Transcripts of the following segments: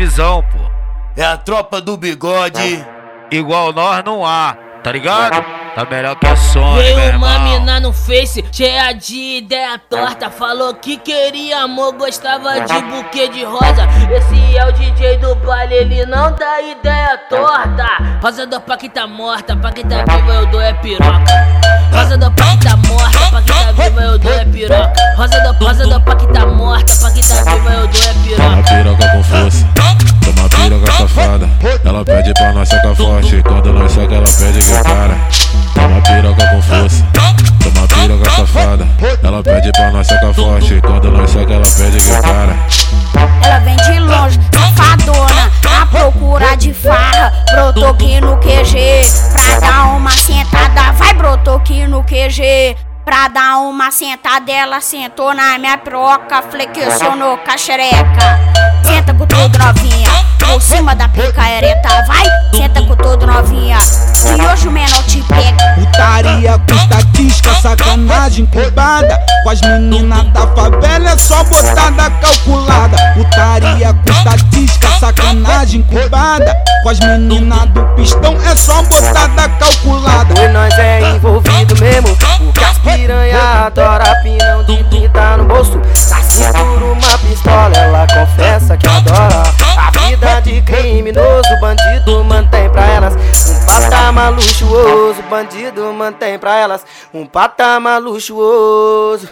visão, pô. É a tropa do bigode. Igual nós não há, tá ligado? Tá melhor que a Sony, meu Veio uma irmão. mina no Face, cheia de ideia torta. Falou que queria amor, gostava de buquê de rosa. Esse é o DJ do baile, ele não dá ideia torta. Rosa do pá que tá morta, pá que tá viva eu dou é piroca. Rosa do pá que tá morta, pá que tá viva eu dou é piroca. Rosa do pá que tá morta, pá que tá viva eu dou é Toma piroca. piroca com força, toma piroca safada. Ela pede pra nós sacar forte, quando nós saca ela pede que para. Toma piroca com força, toma piroca safada. Ela pede pra nós sacar forte, quando nós saca ela pede que para. Ela vem de longe, safadona, à procura de farra. Brotou aqui no QG, pra dar uma sentada. Vai, brotou aqui no QG, pra dar uma sentada. Ela sentou na minha piroca, flexionou com a xereca. Senta com tudo novinha, por cima da pica ereta. Vai, senta com tudo novinha, e hoje o menor te pega. Putaria com estatística, sacanagem incubada. Com as meninas da favela é só botada calculada. Putaria com estatística, sacanagem incubada. Com as meninas do pistão é só botada calculada. E nós é envolvido mesmo, porque as piranha adora pinão de 30 no bolso. Na cintura uma pistola, ela confessa que adora. A vida de criminoso, bandido mantém pra elas um patamar luxuoso. Bandido mantém pra elas um patamar luxuoso.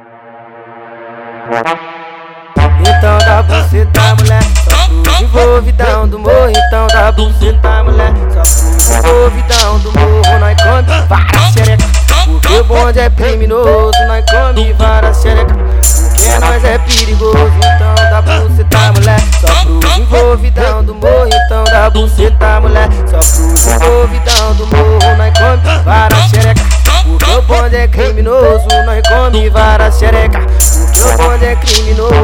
Então dá buceta, mulher, só pro envolvidão do morro. Então dá buceta, mulher, só pro envolvidão do morro. Nós come várias xerecas, porque o bonde é criminoso. Nós come várias xerecas, porque nós é perigoso. Então dá buceta, mulher, só pro envolvidão do morro. Então dá buceta, mulher, só pro envolvidão do morro. Nós come várias xerecas, porque o bonde é criminoso. Nós come várias xerecas, porque o bonde é criminoso.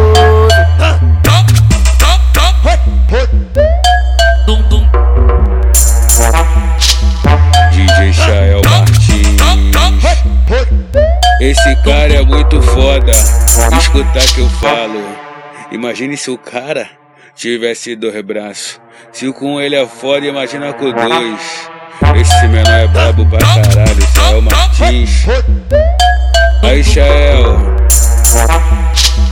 DJ Chael Martins, esse cara é muito foda. Escuta que eu falo. Imagine se o cara tivesse 2 braços. Se com ele é foda, imagina com 2. Esse menor é brabo pra caralho, Chael Martins. Aí, Chael.